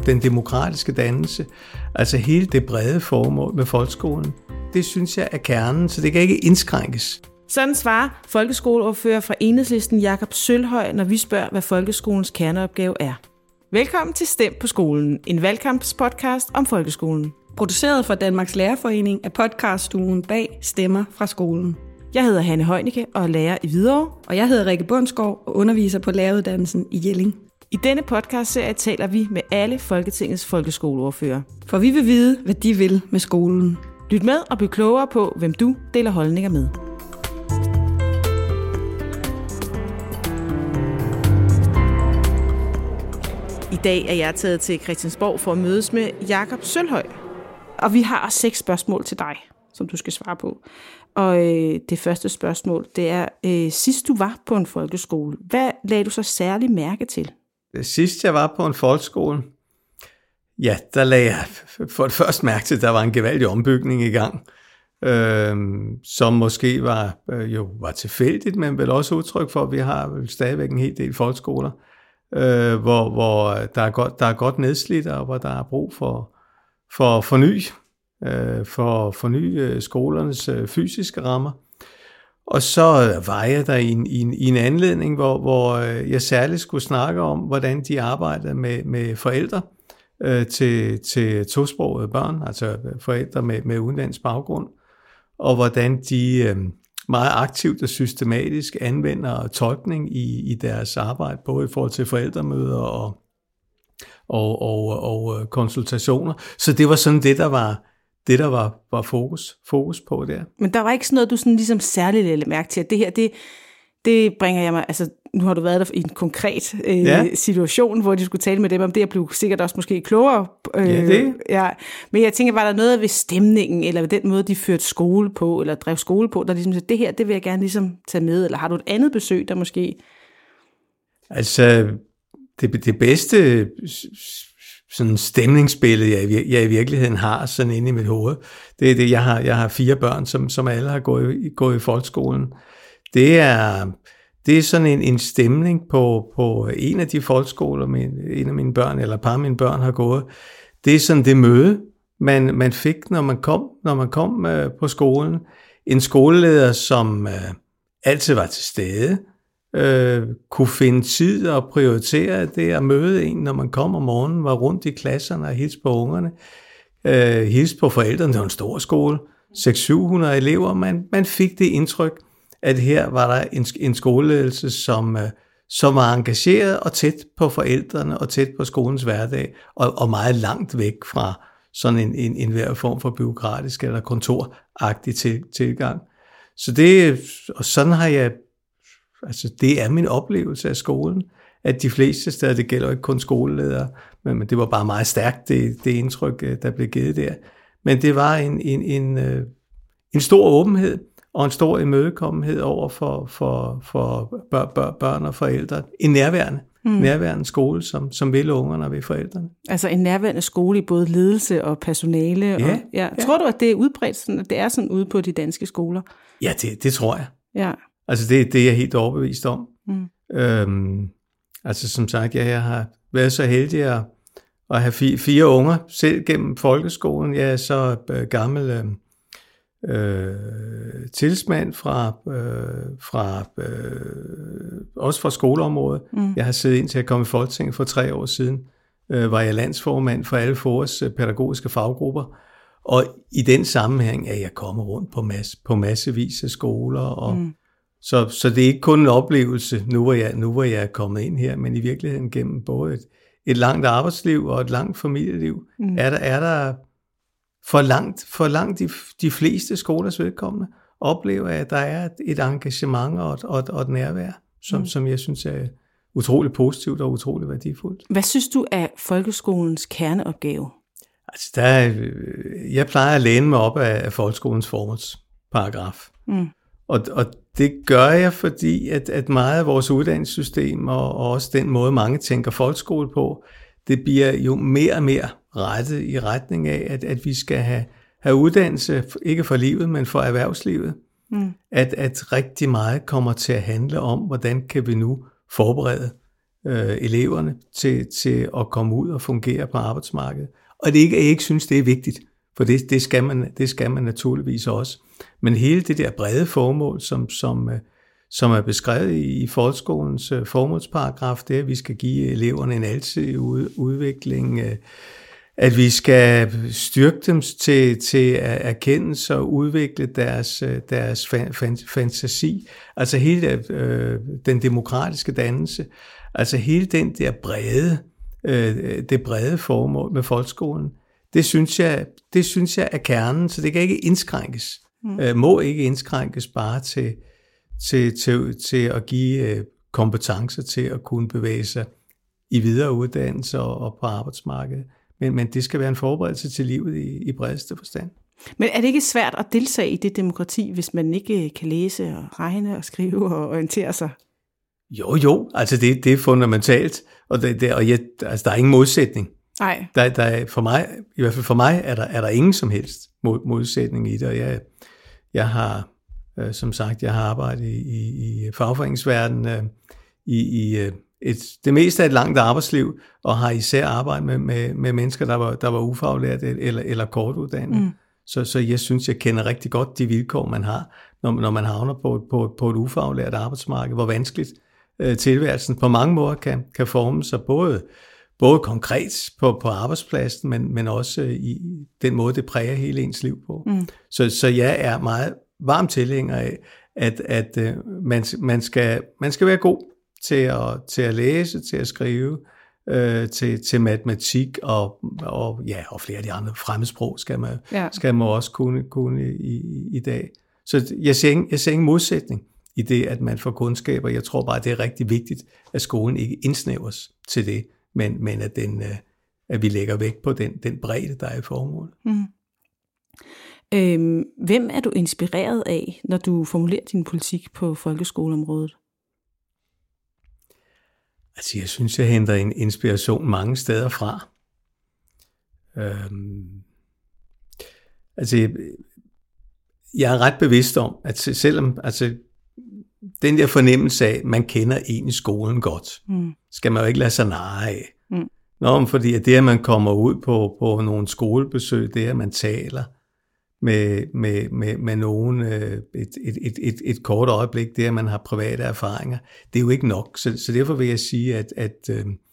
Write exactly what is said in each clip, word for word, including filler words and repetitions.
den demokratiske dannelse, altså hele det brede formål med folkeskolen, det synes jeg er kernen, så det kan ikke indskrænkes. Sådan svarer folkeskoleordfører fra Enhedslisten Jakob Sølhøj, når vi spørger, hvad folkeskolens kerneopgave er. Velkommen til Stem på skolen, en valgkampspodcast om folkeskolen. Produceret for Danmarks Lærerforening af podcaststuen bag Stemmer fra skolen. Jeg hedder Hanne Heunicke og er lærer i Hvidovre. Og jeg hedder Rikke Bundsgaard og underviser på læreruddannelsen i Jelling. I denne podcastserie taler vi med alle Folketingets folkeskoleordfører. For vi vil vide, hvad de vil med skolen. Lyt med og bliv klogere på, hvem du deler holdninger med. I dag er jeg taget til Christiansborg for at mødes med Jakob Sølhøj. Og vi har seks spørgsmål til dig, som du skal svare på. Og øh, det første spørgsmål, det er, øh, sidst du var på en folkeskole, hvad lagde du så særlig mærke til? Sidst jeg var på en folkeskole, ja, der lagde jeg for det første mærke til, at der var en gevaldig ombygning i gang, øh, som måske var, øh, jo, var tilfældigt, men vel også udtryk for, at vi har vel stadigvæk en hel del folkeskoler, øh, hvor, hvor der, er godt, der er godt nedslidt, og hvor der er brug for, for forny, øh, for forny skolernes øh, fysiske rammer. Og så var jeg der i en, i en, i en anledning, hvor, hvor jeg særligt skulle snakke om, hvordan de arbejdede med, med forældre øh, til, til tosprogede børn, altså forældre med, med udenlandsk baggrund, og hvordan de øh, meget aktivt og systematisk anvender tolkning i, i deres arbejde, både i forhold til forældremøder og, og, og, og konsultationer. Så det var sådan det, der var Det, der var, var fokus, fokus på der. Men der var ikke sådan noget, du sådan ligesom særligt lagde mærke til, at det her, det, det bringer jeg mig, altså nu har du været der i en konkret øh, ja. situation, hvor de skulle tale med dem om det, jeg blev sikkert også måske klogere. Øh, ja, det. Ja. Men jeg tænker, var der noget ved stemningen, eller ved den måde, de førte skole på, eller drev skole på, der ligesom sagde, det her, det vil jeg gerne ligesom tage med, eller har du et andet besøg, der måske? Altså, det, det bedste sådan stemningsbillede, jeg, jeg i virkeligheden har sådan inde i mit hoved. Det er det, jeg har, jeg har fire børn, som, som alle har gået, gået i folkeskolen. Det er, det er sådan en, en stemning på, på en af de folkeskoler, min, en af mine børn, eller et par af mine børn har gået. Det er sådan det møde, man, man fik, når man kom, når man kom uh, på skolen. En skoleleder, som uh, altid var til stede, Øh, kunne finde tid og prioritere det at møde en, når man kom om morgenen, var rundt i klasserne og hilste på ungerne, øh, hilste på forældrene. Det var en stor skole, seks til syv hundrede elever. Man, man fik det indtryk, at her var der en, en skoleledelse, som, øh, som var engageret og tæt på forældrene og tæt på skolens hverdag, og, og meget langt væk fra sådan en, en, en hver form for bureaukratisk eller kontoragtig til, tilgang. Så det, og sådan har jeg Altså, det er min oplevelse af skolen, at de fleste steder, det gælder ikke kun skoleledere, men, men det var bare meget stærkt, det, det indtryk, der blev givet der. Men det var en, en, en, en stor åbenhed og en stor imødekommenhed over for, for, for bør, bør, børn og forældre. En nærværende, mm. nærværende skole, som, som vil ungerne og vil forældrene. Altså en nærværende skole i både ledelse og personale. Ja, og, ja. ja. Tror du, at det er udbredt, sådan, at det er sådan ude på de danske skoler? Ja, det, det tror jeg. Ja. Altså det, det er jeg helt overbevist om. Mm. Øhm, altså som sagt, ja, jeg har været så heldig at, at have fire, fire unger selv gennem folkeskolen. Jeg er så øh, gammel øh, tillidsmand fra, øh, fra øh, også fra skoleområdet. Mm. Jeg har siddet ind til at komme i Folketinget for tre år siden. Øh, var jeg landsformand for alle F O A's pædagogiske faggrupper. Og i den sammenhæng er jeg kommet rundt på, masse, på massevis af skoler. Og mm. så, så det er ikke kun en oplevelse, nu hvor, jeg, nu hvor jeg er kommet ind her, men i virkeligheden gennem både et, et langt arbejdsliv og et langt familieliv, mm. er der, er der for langt, for langt de, de fleste skolers vedkommende, oplever jeg, at der er et, et engagement og et, og et, og et nærvær, som, mm. som jeg synes er utrolig positivt og utrolig værdifuldt. Hvad synes du er folkeskolens kerneopgave? Altså, der er, jeg plejer at læne mig op af, af folkeskolens formålsparagraf. Mm. Og, og det gør jeg, fordi at, at meget af vores uddannelsessystem, og, og også den måde, mange tænker folkeskole på, det bliver jo mere og mere rettet i retning af, at, at vi skal have, have uddannelse, ikke for livet, men for erhvervslivet. Mm. At, at rigtig meget kommer til at handle om, hvordan kan vi nu forberede øh, eleverne til, til at komme ud og fungere på arbejdsmarkedet. Og det er ikke, at jeg ikke synes, det er vigtigt, for det, det, skal man, det skal man naturligvis også. Men hele det der brede formål, som, som, som er beskrevet i, i folkeskolens formålsparagraf, det er, at vi skal give eleverne en alsidig udvikling, at vi skal styrke dem til, til at erkendelse og udvikle deres, deres fan, fantasi, altså hele øh, den demokratiske dannelse, altså hele den der brede, øh, det brede formål med folkeskolen, det synes jeg, det synes jeg er kernen, så det kan ikke indskrænkes, mm. øh, må ikke indskrænkes bare til, til, til, til at give øh, kompetencer til at kunne bevæge sig i videre uddannelse og, og på arbejdsmarkedet. Men, men det skal være en forberedelse til livet i, i bredeste forstand. Men er det ikke svært at deltage i det demokrati, hvis man ikke kan læse og regne og skrive og orientere sig? Jo, jo. Altså det, det er fundamentalt. Og, det, det, og jeg, altså der er ingen modsætning. Nej. Der, der er, for mig, i hvert fald for mig, er der, er der ingen som helst mod, modsætning i det. Og jeg, jeg har, øh, som sagt, jeg har arbejdet i, i, i fagforeningsverdenen øh, i, i et, det meste af et langt arbejdsliv, og har især arbejdet med, med, med mennesker, der var, der var ufaglært eller, eller kortuddannet. Mm. Så, så jeg synes, jeg kender rigtig godt de vilkår, man har, når, når man havner på, på, på et ufaglært arbejdsmarked, hvor vanskeligt øh, tilværelsen på mange måder kan, kan forme sig, både, både konkret på, på arbejdspladsen, men, men også i den måde, det præger hele ens liv på. Mm. Så, så jeg er meget varm tilhænger af, at, at øh, man, man, skal, man skal være god til at, til at læse, til at skrive, øh, til, til matematik og, og, ja, og flere af de andre fremmedsprog skal man, ja. skal man også kunne, kunne i, i dag. Så jeg ser, ingen, jeg ser ingen modsætning i det, at man får kundskaber. Jeg tror bare, det er rigtig vigtigt, at skolen ikke indsnævres til det, men, men at, den, at vi lægger vægt på den, den bredde, der er i formålet. Mm. Øhm, hvem er du inspireret af, når du formulerer din politik på folkeskoleområdet? Altså, jeg synes, jeg henter en inspiration mange steder fra. Øhm, altså, jeg, jeg er ret bevidst om, at selvom, altså, den der fornemmelse af, at man kender en i skolen godt, mm. skal man jo ikke lade sig narre af. Mm. Nå, fordi det, at man kommer ud på, på nogle skolebesøg, det at man taler med, med, med, med nogen et, et, et, et, et kort øjeblik, det at man har private erfaringer, det er jo ikke nok. Så, så derfor vil jeg sige, at, at,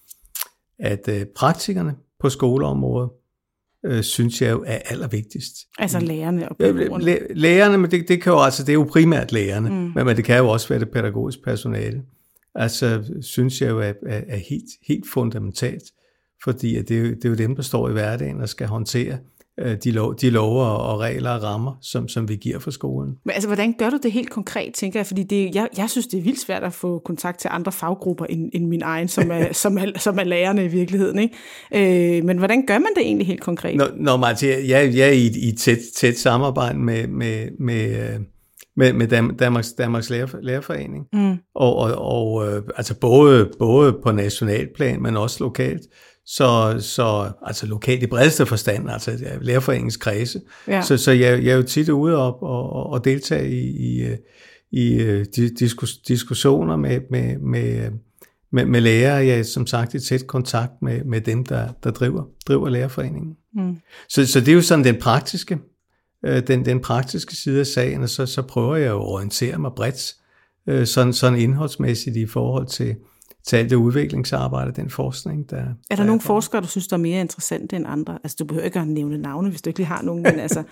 at, at praktikerne på skoleområdet, øh, synes jeg jo er allervigtigst. Altså lærerne og pædagogerne? Læ- lærerne, men det, det kan jo altså, det er jo primært lærerne, mm. men, men det kan jo også være det pædagogiske personale. Altså, synes jeg jo er, er, er helt, helt fundamentalt, fordi at det, er jo, det er jo dem, der står i hverdagen og skal håndtere de, lov, de lover og regler og rammer, som, som vi giver for skolen. Men altså, hvordan gør du det helt konkret, tænker jeg? Fordi det, jeg, jeg synes, det er vildt svært at få kontakt til andre faggrupper end, end min egen, som er, som, er, som er lærerne i virkeligheden, ikke? Øh, men hvordan gør man det egentlig helt konkret? Nå, nå Martin, jeg, jeg er i et, i et tæt, tæt samarbejde med, med, med, med, med Danmarks, Danmarks Lærer, Lærerforening, mm. og, og, og altså både, både på nationalplan, men også lokalt. Så, så altså lokalt i bredeste forstand, altså Lærerforeningens kredse. Ja. Så, så jeg, jeg er jo tit ude og, og, og deltage i, i, i diskus, diskussioner med, med, med, med, med lærere. Jeg er som sagt i tæt kontakt med, med dem, der, der driver, driver Lærerforeningen. Mm. Så, så det er jo sådan den praktiske, den, den praktiske side af sagen, og så, så prøver jeg jo at orientere mig bredt, sådan, sådan indholdsmæssigt i forhold til til alt det udviklingsarbejde, den forskning, der... Er der, der nogle er forskere, du synes, der er mere interessante end andre? Altså, du behøver ikke at nævne navne, hvis du ikke lige har nogen, men altså...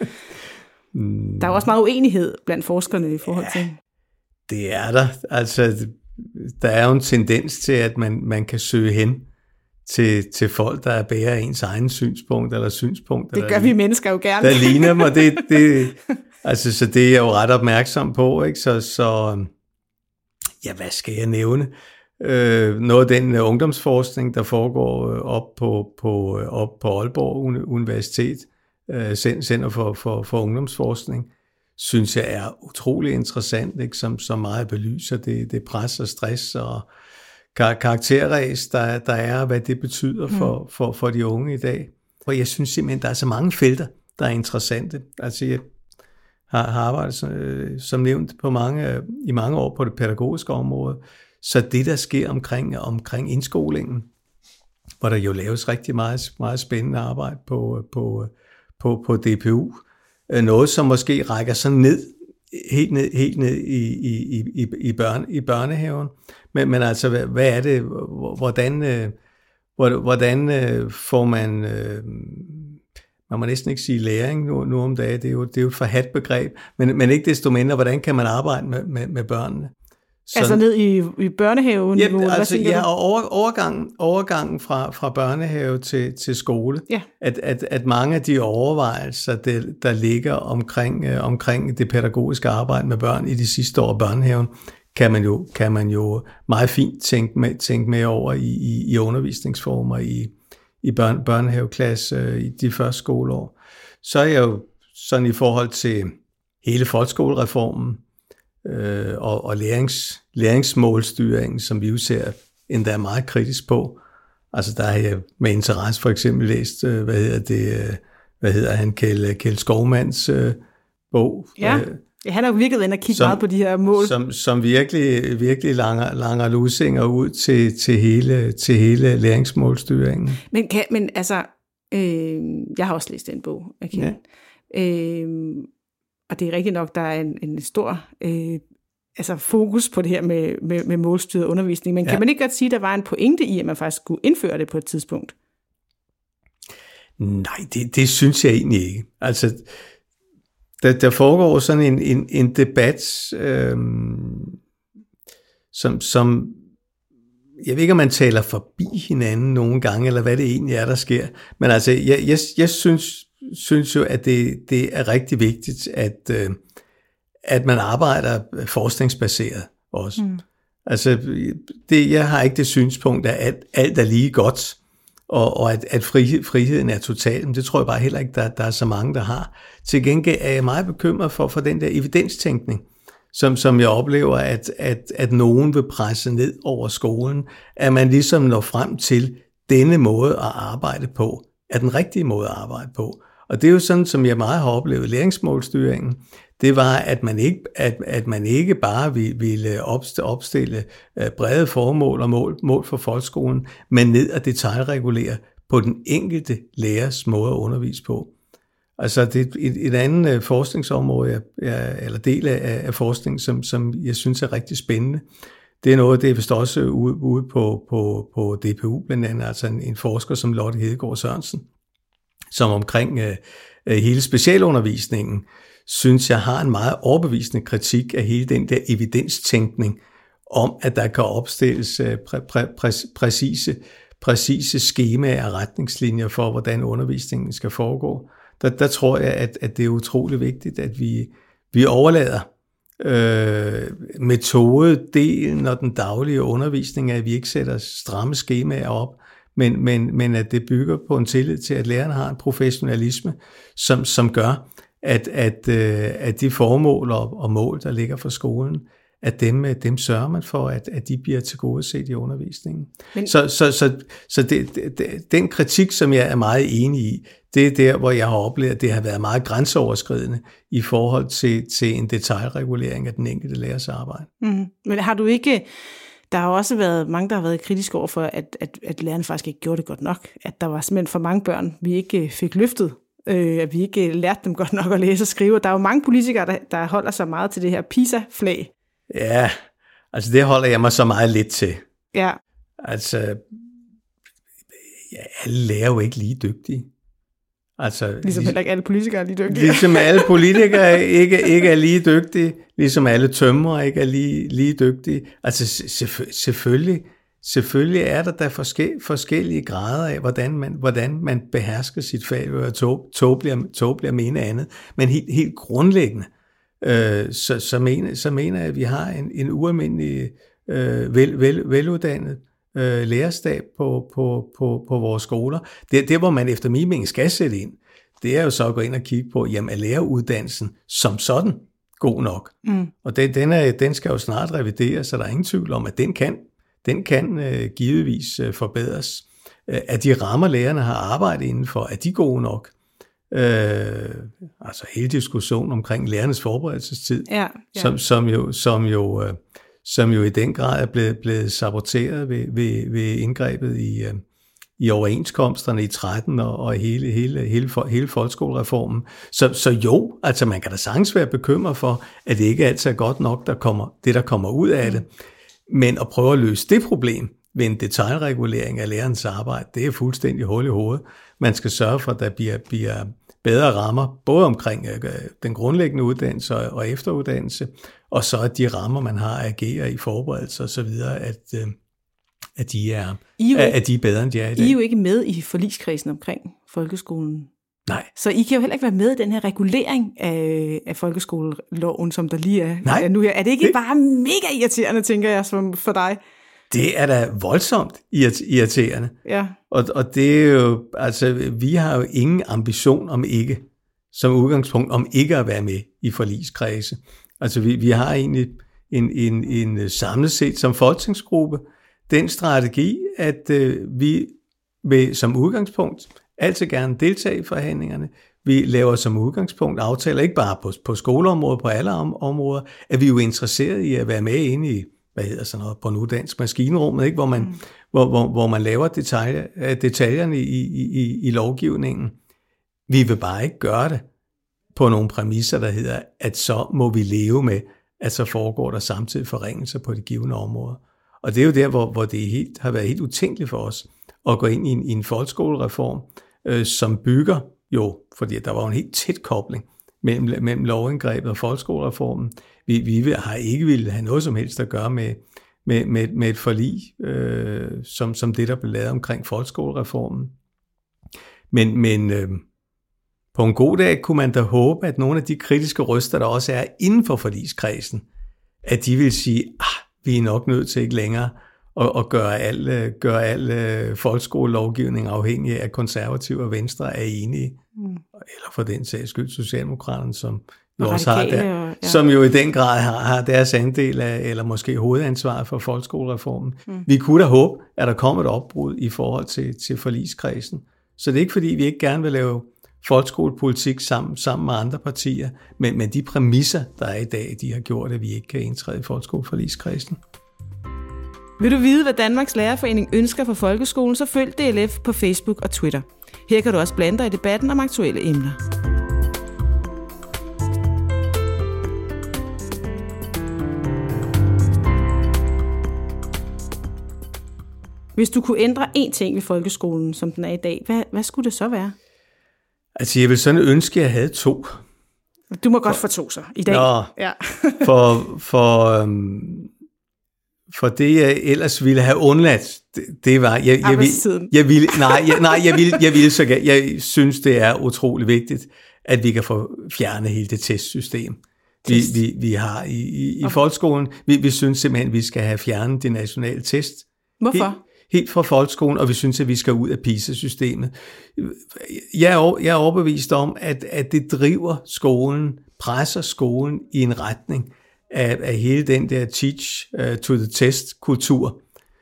mm. Der er jo også meget uenighed blandt forskerne i forhold ja, til... det er der. Altså, der er jo en tendens til, at man, man kan søge hen til, til folk, der bærer ens egen synspunkt, eller synspunkt... Det gør der, vi mennesker jo gerne. Der ligner mig. Det, det, altså, så det er jeg jo ret opmærksom på, ikke? Så, så ja, hvad skal jeg nævne? Øh, noget af den uh, ungdomsforskning, der foregår uh, op, på, på, uh, op på Aalborg Universitet, uh, Center for, for, for Ungdomsforskning, synes jeg er utrolig interessant, ikke? Som, som meget belyser det, det pres og stress og kar- karakterræs, der, der er, hvad det betyder for, mm. for, for de unge i dag. Og jeg synes simpelthen, der er så mange felter, der er interessante. Altså jeg har, har arbejdet som, som nævnt på mange, i mange år på det pædagogiske område, så det, der sker omkring, omkring indskolingen, hvor der jo laves rigtig meget, meget spændende arbejde på, på, på, på D P U, noget, som måske rækker sådan ned, helt ned, helt ned i, i, i, i, børne, i børnehaven. Men, men altså, hvad, hvad er det, hvordan, hvordan får man, man må næsten ikke sige læring nu, nu om dagen, det er jo, det er jo et forhadt begreb, men, men ikke desto mindre, hvordan kan man arbejde med, med, med børnene? Så, altså ned i, i børnehaven? Ja, altså, ja, og over, overgangen, overgangen fra, fra børnehave til, til skole, ja. at, at, at mange af de overvejelser, det, der ligger omkring, øh, omkring det pædagogiske arbejde med børn i de sidste år af børnehaven, kan man jo, kan man jo meget fint tænke med, tænke med over i, i, i undervisningsformer i, i børn, børnehaveklasse øh, i de første skoleår. Så er jeg jo sådan i forhold til hele folkeskolereformen, Øh, og, og lærings, læringsmålstyringen, som vi jo ser endda meget kritisk på. Altså der har jeg med interesse for eksempel læst, øh, hvad hedder det, øh, hvad hedder han, Kjeld, Kjeld Skovmands øh, bog. Ja, øh, ja, han har jo virkelig inde og kigge meget på de her mål. Som, som virkelig, virkelig langer, langer lusinger ud til, til, hele, til hele læringsmålstyringen. Men, kan, men altså, øh, jeg har også læst den bog af Kjeld. Ja. Øh, Og det er rigtigt nok, der er en, en stor øh, altså fokus på det her med, med, med målstyret undervisning. Men ja. Kan man ikke godt sige, at der var en pointe i, at man faktisk skulle indføre det på et tidspunkt? Nej, det, det synes jeg egentlig ikke. Altså, der, der foregår sådan en, en, en debat, øh, som, som, jeg ved ikke, om man taler forbi hinanden nogle gange, eller hvad det egentlig er, der sker. Men altså, jeg, jeg, jeg synes... synes jo, at det, det er rigtig vigtigt, at, øh, at man arbejder forskningsbaseret også. Mm. Altså, det, jeg har ikke det synspunkt, at alt, alt er lige godt, og, og at, at frihed, friheden er total, men det tror jeg bare heller ikke, der, der er så mange, der har. Til gengæld er jeg meget bekymret for, for den der evidenstænkning, som, som jeg oplever, at, at, at nogen vil presse ned over skolen, at man ligesom når frem til denne måde at arbejde på, er den rigtige måde at arbejde på. Og det er jo sådan, som jeg meget har oplevet læringsmålstyringen, det var, at man ikke, at, at man ikke bare ville opstille brede formål og mål, mål for folkeskolen, men ned og detaljregulere på den enkelte lærers måde at undervise på. Altså det er et, et andet forskningsområde, jeg, eller del af, af forskning, som, som jeg synes er rigtig spændende. Det er noget, det er vist også ude, ude på, på, på D P U, blandt andet, altså en, en forsker som Lotte Hedegaard Sørensen, som omkring øh, hele specialundervisningen, synes jeg har en meget overbevisende kritik af hele den der evidenstænkning om, at der kan opstilles øh, præ, præ, præ, præcise, præcise skemaer og retningslinjer for, hvordan undervisningen skal foregå. Der, der tror jeg, at, at det er utrolig vigtigt, at vi, vi overlader øh, metodedelen og den daglige undervisning, at vi ikke sætter stramme skemaer op, Men, men, men at det bygger på en tillid til, at lærerne har en professionalisme, som, som gør, at, at, at de formål og, og mål, der ligger for skolen, at dem, dem sørger man for, at, at de bliver tilgodeset i undervisningen. Men... Så, så, så, så det, det, den kritik, som jeg er meget enig i, det er der, hvor jeg har oplevet, at det har været meget grænseoverskridende i forhold til, til en detaljregulering af den enkelte lærers arbejde. Mm. Men har du ikke... Der har også været mange, der har været kritiske over for, at, at, at lærerne faktisk ikke gjorde det godt nok. At der var simpelthen for mange børn, vi ikke fik løftet. Øh, at vi ikke lærte dem godt nok at læse og skrive. Der er jo mange politikere, der, der holder sig meget til det her PISA-flag. Ja, altså det holder jeg mig så meget lidt til. Ja. Altså, ja, alle lærer jo ikke lige dygtige. Altså, ligesom heller ikke alle politikere er lige dygtige. Ligesom alle politikere ikke, ikke er lige dygtige, ligesom alle tømrere ikke er lige, lige dygtige. Altså selvfø- selvfølgelig, selvfølgelig er der da forske- forskellige grader af, hvordan man, hvordan man behersker sit fag, og tåbeligt tog at mene andet. Men helt, helt grundlæggende, øh, så, så, mener, så mener jeg, at vi har en, en ualmindelig øh, vel, vel, veluddannet øh, lærerstab på, på, på, på vores skoler. Det, det, hvor man efter min mening skal sætte ind, det er jo så at gå ind og kigge på, jamen er læreruddannelsen som sådan god nok? Mm. Og den, den, er, den skal jo snart revideres, så der er ingen tvivl om, at den kan, den kan øh, givetvis øh, forbedres. Øh, at de rammer, lærerne har arbejdet indenfor, er de gode nok? Øh, altså hele diskussionen omkring lærernes forberedelsestid, ja, ja. Som, som jo, som jo, øh, som jo i den grad er blevet, blevet saboteret ved, ved, ved indgrebet i, øh, i overenskomsterne i tretten og, og hele, hele, hele, hele folkeskolereformen. Så, så jo, altså man kan da sagtens være bekymret for, at det ikke altid er godt nok, der kommer, det der kommer ud af det. Men at prøve at løse det problem ved en detailregulering af lærernes arbejde, det er fuldstændig hul i hovedet. Man skal sørge for, at der bliver, bliver bedre rammer, både omkring øh, den grundlæggende uddannelse og, og efteruddannelse, og så at de rammer, man har at agere i forberedelse og så videre, at, øh, at, de er, I er, at de er bedre, end de er i dag. I er jo ikke med i forligskredsen omkring folkeskolen. Nej. Så I kan jo heller ikke være med i den her regulering af, af folkeskoleloven, som der lige er, Nej, er nu her. Er det ikke det... bare mega irriterende, tænker jeg, som for dig? Det er da voldsomt irriterende. Ja. Og, og det er jo, altså, vi har jo ingen ambition om ikke, som udgangspunkt, om ikke at være med i forligskredse. Altså, vi, vi har egentlig en, en, en samlet set som folketingsgruppe den strategi, at øh, vi vil som udgangspunkt altid gerne deltage i forhandlingerne. Vi laver som udgangspunkt aftaler, ikke bare på, på skoleområdet, på alle om, områder, at vi er jo interesseret i at være med inde i, hvad hedder sådan noget, på en uddannelse, maskinrummet, ikke? Hvor, man, mm. hvor, hvor, hvor man laver detaljer, detaljerne i, i, i lovgivningen. Vi vil bare ikke gøre det på nogle præmisser, der hedder, at så må vi leve med, at så foregår der samtidig forringelser på de givne områder. Og det er jo der, hvor, hvor det helt, har været helt utænkeligt for os at gå ind i en, i en folkeskolereform, øh, som bygger jo, fordi der var jo en helt tæt kobling mellem, mellem lovindgrebet og folkeskolereformen. Vi, vi har ikke ville have noget som helst at gøre med, med, med, med et forlig, øh, som, som det, der blev lavet omkring folkeskolereformen. Men, men øh, på en god dag kunne man da håbe, at nogle af de kritiske røster, der også er inden for forligskredsen, at de vil sige, ah, vi er nok nødt til ikke længere at, at gøre al, gøre al folkeskolelovgivning afhængig af konservative og venstre er enige, mm. eller for den sags skyld Socialdemokraterne, som jo også har der, ja. som jo i den grad har, har deres andel af, eller måske hovedansvaret for folkeskolereformen. Mm. Vi kunne da håbe, at der kommer et opbrud i forhold til, til forligskredsen. Så det er ikke fordi, vi ikke gerne vil lave folkeskolepolitik sammen, sammen med andre partier, men, men de præmisser, der er i dag, de har gjort, at vi ikke kan indtræde i folkeskoleforligskredsen. Vil du vide, hvad Danmarks Lærerforening ønsker for folkeskolen, så følg D L F på Facebook og Twitter. Her kan du også blande dig i debatten om aktuelle emner. Hvis du kunne ændre én ting ved folkeskolen, som den er i dag, hvad, hvad skulle det så være? Altså, jeg vil sådan ønske, at jeg havde to. Du må godt få to så i dag. Nå, ja. for, for, øhm, for det, jeg ellers ville have undladt, det, det var... Jeg, jeg, jeg, jeg ville, nej, jeg, nej jeg, ville, jeg ville så jeg synes, det er utrolig vigtigt, at vi kan få fjernet hele det testsystem, test. vi, vi, vi har i, i, i okay. folkeskolen. Vi, vi synes simpelthen, at vi skal have fjernet de nationale test. Hvorfor? Helt, helt fra folkeskolen, og vi synes, at vi skal ud af PISA-systemet. Jeg er, jeg er overbevist om, at, at det driver skolen, presser skolen i en retning af, af hele den der teach uh, to the test-kultur,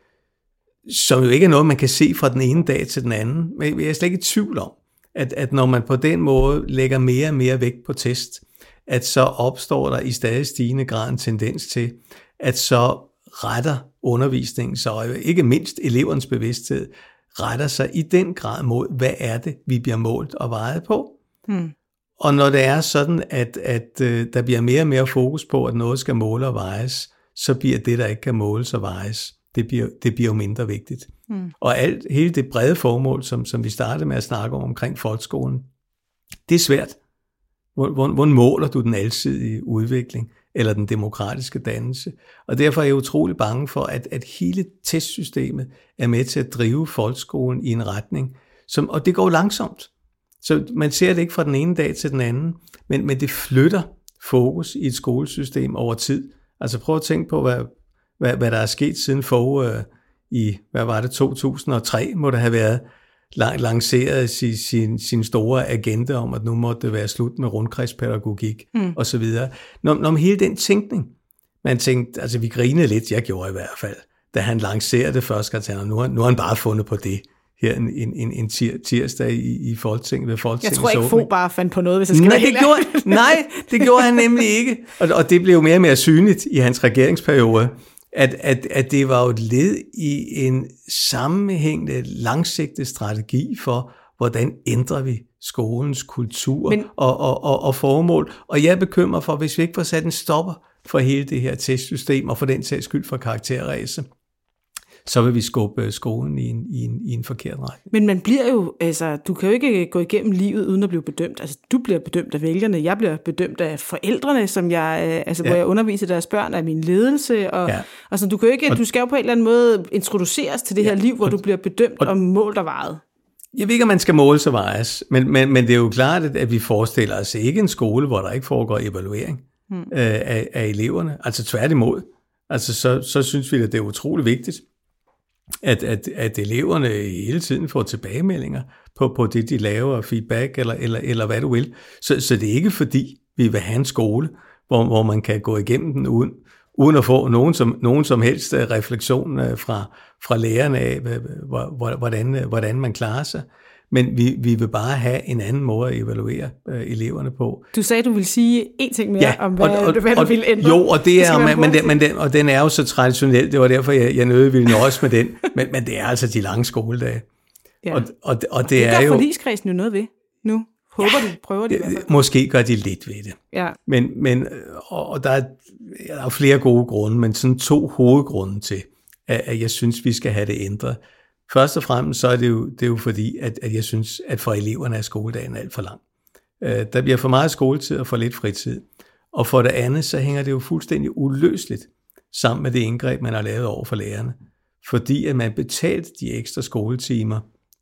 som jo ikke er noget, man kan se fra den ene dag til den anden. Men jeg er slet ikke i tvivl om, at, at når man på den måde lægger mere og mere vægt på test, at så opstår der i stadig stigende grad en tendens til, at så retter undervisningen sig, og ikke mindst elevernes bevidsthed, retter sig i den grad mod, hvad er det, vi bliver målt og vejet på. Hmm. Og når det er sådan, at, at uh, der bliver mere og mere fokus på, at noget skal måle og vejes, så bliver det, der ikke kan måles og vejes, det bliver, det bliver jo mindre vigtigt. Hmm. Og alt, hele det brede formål, som, som vi startede med at snakke om omkring folkeskolen, det er svært. Hvordan måler du den alsidige udvikling eller den demokratiske dannelse? Og derfor er jeg utrolig bange for, at, at hele testsystemet er med til at drive folkeskolen i en retning, som, og det går langsomt. Så man ser det ikke fra den ene dag til den anden, men, men det flytter fokus i et skolesystem over tid. Altså prøv at tænke på, hvad, hvad, hvad der er sket siden for øh, i, hvad var det, to tusind og tre må det have været, lanceret sin, sin, sin store agenda om, at nu måtte det være slut med rundkredspædagogik mm. og så videre. Når, når med hele den tænkning, man tænkte, altså vi grinede lidt, jeg gjorde i hvert fald, da han lancerede det første gang, nu, nu har han bare fundet på det her en, en, en tir, tirsdag i, i Folketinget ved Folketingets åbning. Jeg tror ikke, Fogh bare fandt på noget, hvis jeg skal nej, det gjorde, nej, det gjorde han nemlig ikke. Og, og det blev mere og mere synligt i hans regeringsperiode, at, at, at det var jo et led i en sammenhængende, langsigtet strategi for, hvordan ændrer vi skolens kultur Men, og, og, og, og formål. Og jeg er bekymret for, hvis vi ikke får sat en stopper for hele det her testsystem, og for den sags skyld for karakterræse, så vil vi skubbe skolen i en, i en, i en forkert retning. Men man bliver jo, altså, du kan jo ikke gå igennem livet uden at blive bedømt. Altså, du bliver bedømt af vælgerne, jeg bliver bedømt af forældrene, som jeg, altså, ja. hvor jeg underviser deres børn, af min ledelse. Og, ja. og så, du kan jo ikke, du skal jo på en eller anden måde introduceres til det ja. her liv, hvor du bliver bedømt og, og målt og vejet. Jeg ved ikke, om man skal måles og vejes, men, men, men det er jo klart, at vi forestiller os ikke en skole, hvor der ikke foregår evaluering hmm. øh, af, af eleverne. Altså tværtimod. Altså, så, så synes vi, at det er utrolig vigtigt, At, at, at eleverne hele tiden får tilbagemeldinger på, på det, de laver, feedback eller, eller, eller hvad du vil. Så, så det er ikke fordi, vi vil have en skole, hvor, hvor man kan gå igennem den uden, uden at få nogen som, nogen som helst refleksion fra, fra lærerne af, hvordan, hvordan man klarer sig. Men vi, vi vil bare have en anden måde at evaluere øh, eleverne på. Du sagde, du ville sige en ting mere ja, om, hvad, og, og, hvad du og, ville ændre. Jo, og, det er, men, men, den, men den, og den er jo så traditionel, det var derfor, jeg, jeg nødig ville nøjes med den. Men, men det er altså de lange skoledage. Ja. Og, og, og, og det, det er gør jo... forligskredsen jo noget ved nu. Håber ja, de, prøver de. Måske gør de lidt ved det. Ja. Men, men, og der er, der er flere gode grunde, men sådan to hovedgrunde til, at, at jeg synes, vi skal have det ændret. Først og fremmest så er det jo, det er jo fordi, at, at jeg synes, at for eleverne er skoledagen alt for lang. Øh, der bliver for meget skoletid og for lidt fritid. Og for det andet, så hænger det jo fuldstændig uløseligt sammen med det indgreb, man har lavet over for lærerne. Fordi at man betalte de ekstra skoletimer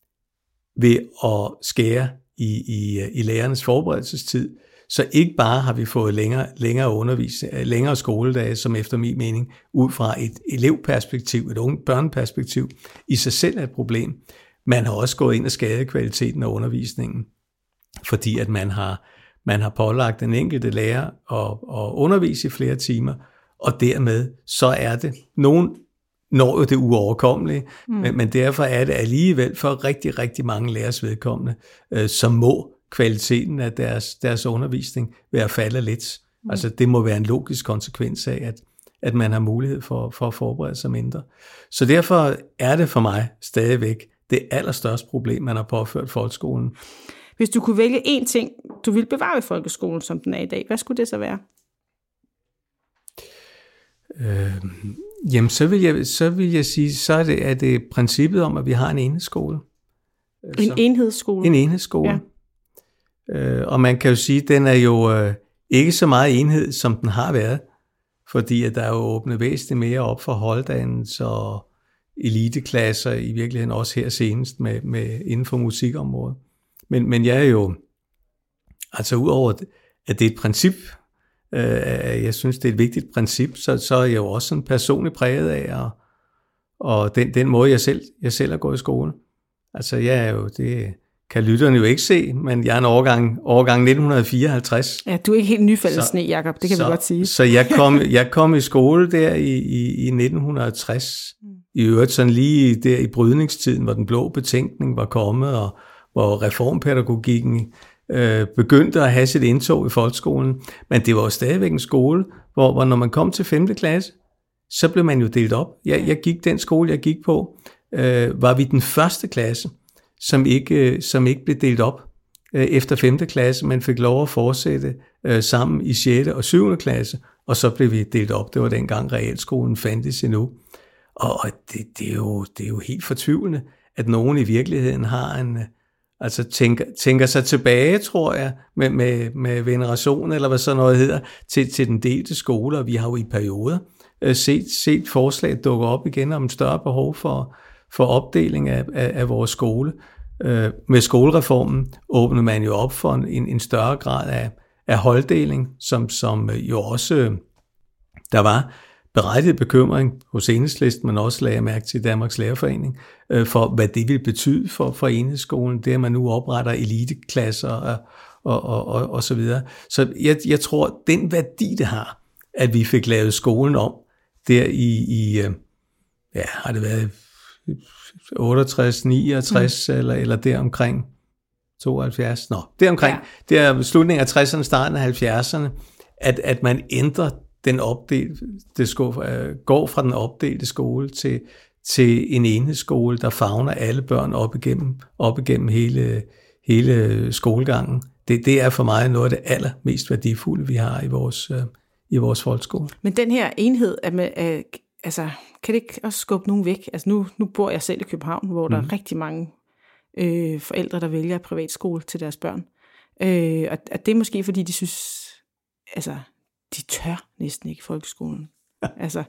ved at skære i, i, i lærernes forberedelsestid, så ikke bare har vi fået længere, længere undervisning, længere skoledage, som efter min mening, ud fra et elevperspektiv, et ungt børneperspektiv, i sig selv er et problem. Man har også gået ind og skadet kvaliteten af undervisningen, fordi at man har, man har pålagt den enkelte lærer at, at undervise i flere timer, og dermed så er det, nogen når jo det uoverkommelige, mm. men, men derfor er det alligevel for rigtig, rigtig mange lærers vedkommende, øh, som må kvaliteten af deres, deres undervisning være faldet lidt. Mm. Altså det må være en logisk konsekvens af, at, at man har mulighed for, for at forberede sig mindre. Så derfor er det for mig stadigvæk det allerstørste problem, man har påført folkeskolen. Hvis du kunne vælge én ting, du ville bevare i folkeskolen, som den er i dag, hvad skulle det så være? Øh, jamen, så vil, jeg, så vil jeg sige, så er det, er det princippet om, at vi har en enhedsskole. En så, enhedsskole? En enhedsskole. Ja. Øh, og man kan jo sige, at den er jo øh, ikke så meget enhed, som den har været, fordi at der er jo åbnet væsentligt mere op for holddannelse og eliteklasser, i virkeligheden også her senest med, med inden for musikområdet. Men, men jeg er jo, altså udover at det er et princip, øh, jeg synes det er et vigtigt princip, så, så er jeg jo også sådan personligt præget af, og, og den, den måde jeg selv, jeg selv er gået i skole. Altså jeg er jo, det kan lytterne jo ikke se, men jeg er en årgang, årgang nitten fireoghalvtreds. Ja, du er ikke helt nyfaldet sne, Jacob, det kan så, vi godt sige. Så jeg kom, jeg kom i skole der i, i, i nitten tres, mm. i øvrigt sådan lige der i brydningstiden, hvor den blå betænkning var kommet, og hvor reformpædagogikken øh, begyndte at have sit indtog i folkeskolen. Men det var jo stadigvæk en skole, hvor, hvor når man kom til femte klasse, så blev man jo delt op. Jeg, jeg gik den skole, jeg gik på, øh, var vi den første klasse, som ikke, som ikke blev delt op øh, efter femte klasse, men fik lov at fortsætte øh, sammen i sjette og syvende klasse, og så blev vi delt op. Det var dengang realskolen fandtes endnu. Og, og det, det, er jo, det er jo helt fortvivlende, at nogen i virkeligheden har en, altså tænker, tænker sig tilbage, tror jeg, med, med, med veneration, eller hvad sådan noget hedder, til, til den delte skole, og vi har jo i perioder øh, set, set forslag dukke op igen om en større behov for, for opdeling af, af, af vores skole. Øh, med skolereformen åbnede man jo op for en, en større grad af, af holddeling, som, som jo også, øh, der var berettiget bekymring hos Enhedslisten, men også lagde jeg mærke til Danmarks Lærerforening, øh, for hvad det vil betyde for, for enhedsskolen, det at man nu opretter eliteklasser og, og, og, og, og så videre. Så jeg, jeg tror, den værdi det har, at vi fik lavet skolen om, der i, i ja, har det været otteogtres, niogtres mm. eller, eller deromkring tooghalvfjerds, nå, deromkring, ja. Der slutningen af tresserne, starten af halvfjerdserne, at, at man ændrer den opdelte skole, går fra den opdelte skole til, til en enhedsskole, der favner alle børn op igennem, op igennem hele, hele skolegangen. Det, det er for mig noget af det allermest værdifulde, vi har i vores, i vores folkeskole. Men den her enhed, er med, er, altså, kan det ikke også skubbe nogen væk? Altså nu, nu bor jeg selv i København, hvor der mm. er rigtig mange øh, forældre, der vælger privatskole til deres børn. Øh, og, og det er måske, fordi de synes, altså, de tør næsten ikke folkeskolen. altså.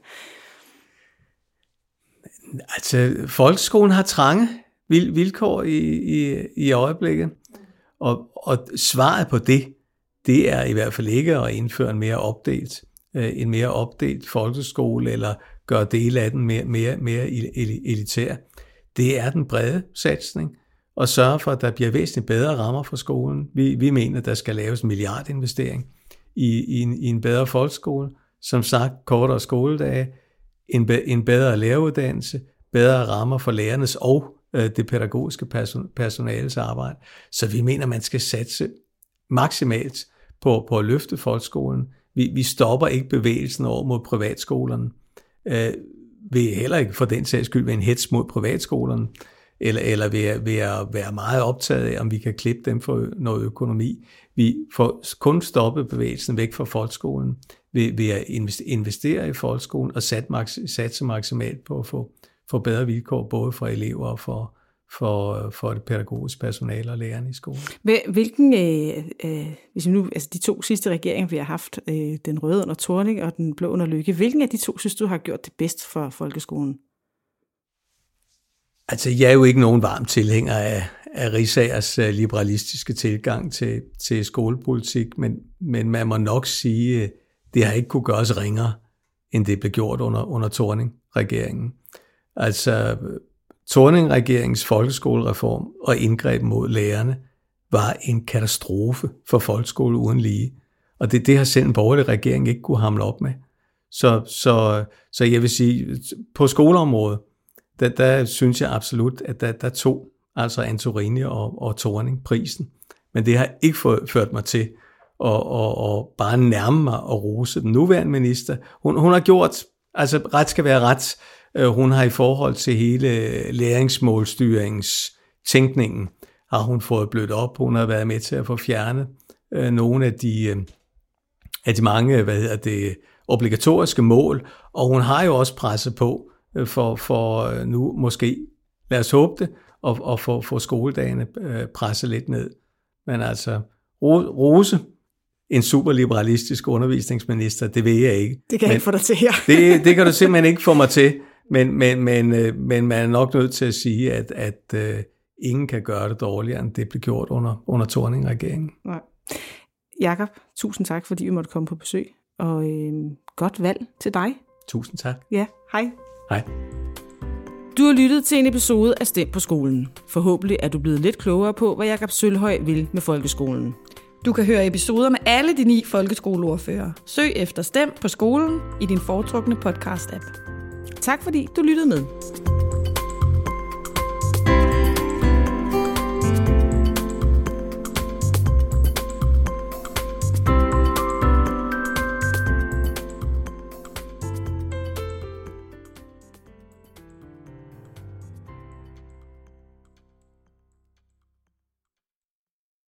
altså, folkeskolen har trange vilkår i, i, i øjeblikket. Og, og svaret på det, det er i hvert fald ikke at indføre en mere opdelt, øh, en mere opdelt folkeskole, eller gøre dele af den mere, mere, mere elitær. Det er den brede satsning, og sørge for, at der bliver væsentligt bedre rammer for skolen. Vi, vi mener, at der skal laves en milliardinvestering i, i, en, i en bedre folkeskole. Som sagt, kortere skoledage, en, be, en bedre læreruddannelse, bedre rammer for lærernes og det pædagogiske personales arbejde. Så vi mener, man skal satse maksimalt på, på at løfte folkeskolen. Vi, vi stopper ikke bevægelsen over mod privatskolerne. Øh, vi er heller ikke for den sags skyld ved en hets mod privatskolerne, eller, eller ved, ved at være meget optaget af, om vi kan klippe dem for noget økonomi. Vi får kun stoppet bevægelsen væk fra folkeskolen ved, ved at investere i folkeskolen og satse maksimalt på at få for bedre vilkår, både for elever og for, for, for det pædagogiske personale og lærerne i skolen. Hvilken, øh, øh, hvis vi nu, altså de to sidste regeringer, vi har haft, øh, den røde under Thorning og den blå under Løkke, hvilken af de to synes du har gjort det bedst for folkeskolen? Altså, jeg er jo ikke nogen varm tilhænger af, af Rigsagers liberalistiske tilgang til, til skolepolitik, men, men man må nok sige, at det har ikke kunne gøres ringere, end det blev gjort under, under Thorning-regeringen. Altså, Thorning-regeringens folkeskolereform og indgreb mod lærerne var en katastrofe for folkeskole uden lige. Og det, det har selv en borgerlig regering ikke kunne hamle op med. Så, så, så jeg vil sige, på skoleområdet, der, der synes jeg absolut, at der, der tog altså Antorini og, og Thorning prisen. Men det har ikke ført mig til at, at, at bare nærme mig og rose den nuværende minister. Hun, hun har gjort, altså ret skal være ret. Hun har i forhold til hele læringsmålstyringstænkningen, har hun fået blødt op. Hun har været med til at få fjernet øh, nogle af de, øh, af de mange hvad hedder det, obligatoriske mål, og hun har jo også presset på øh, for, for øh, nu måske, lad os håbe det, og, og for, for skoledagene øh, presset lidt ned. Men altså, rose en superliberalistisk undervisningsminister, det ved jeg ikke. Det kan jeg men, ikke få dig til her. det, det kan du simpelthen ikke få mig til. Men, men, men, men man er nok nødt til at sige, at, at uh, ingen kan gøre det dårligere, end det blev gjort under, under Thorning-regeringen. Nej. Jakob, tusind tak, fordi vi måtte komme på besøg, og øh, godt valg til dig. Tusind tak. Ja, hej. Hej. Du har lyttet til en episode af Stem på skolen. Forhåbentlig er du blevet lidt klogere på, hvad Jakob Sølhøj vil med folkeskolen. Du kan høre episoder med alle de ni folkeskoleordførere. Søg efter Stem på skolen i din foretrukne podcast-app. Tak fordi du lyttede med.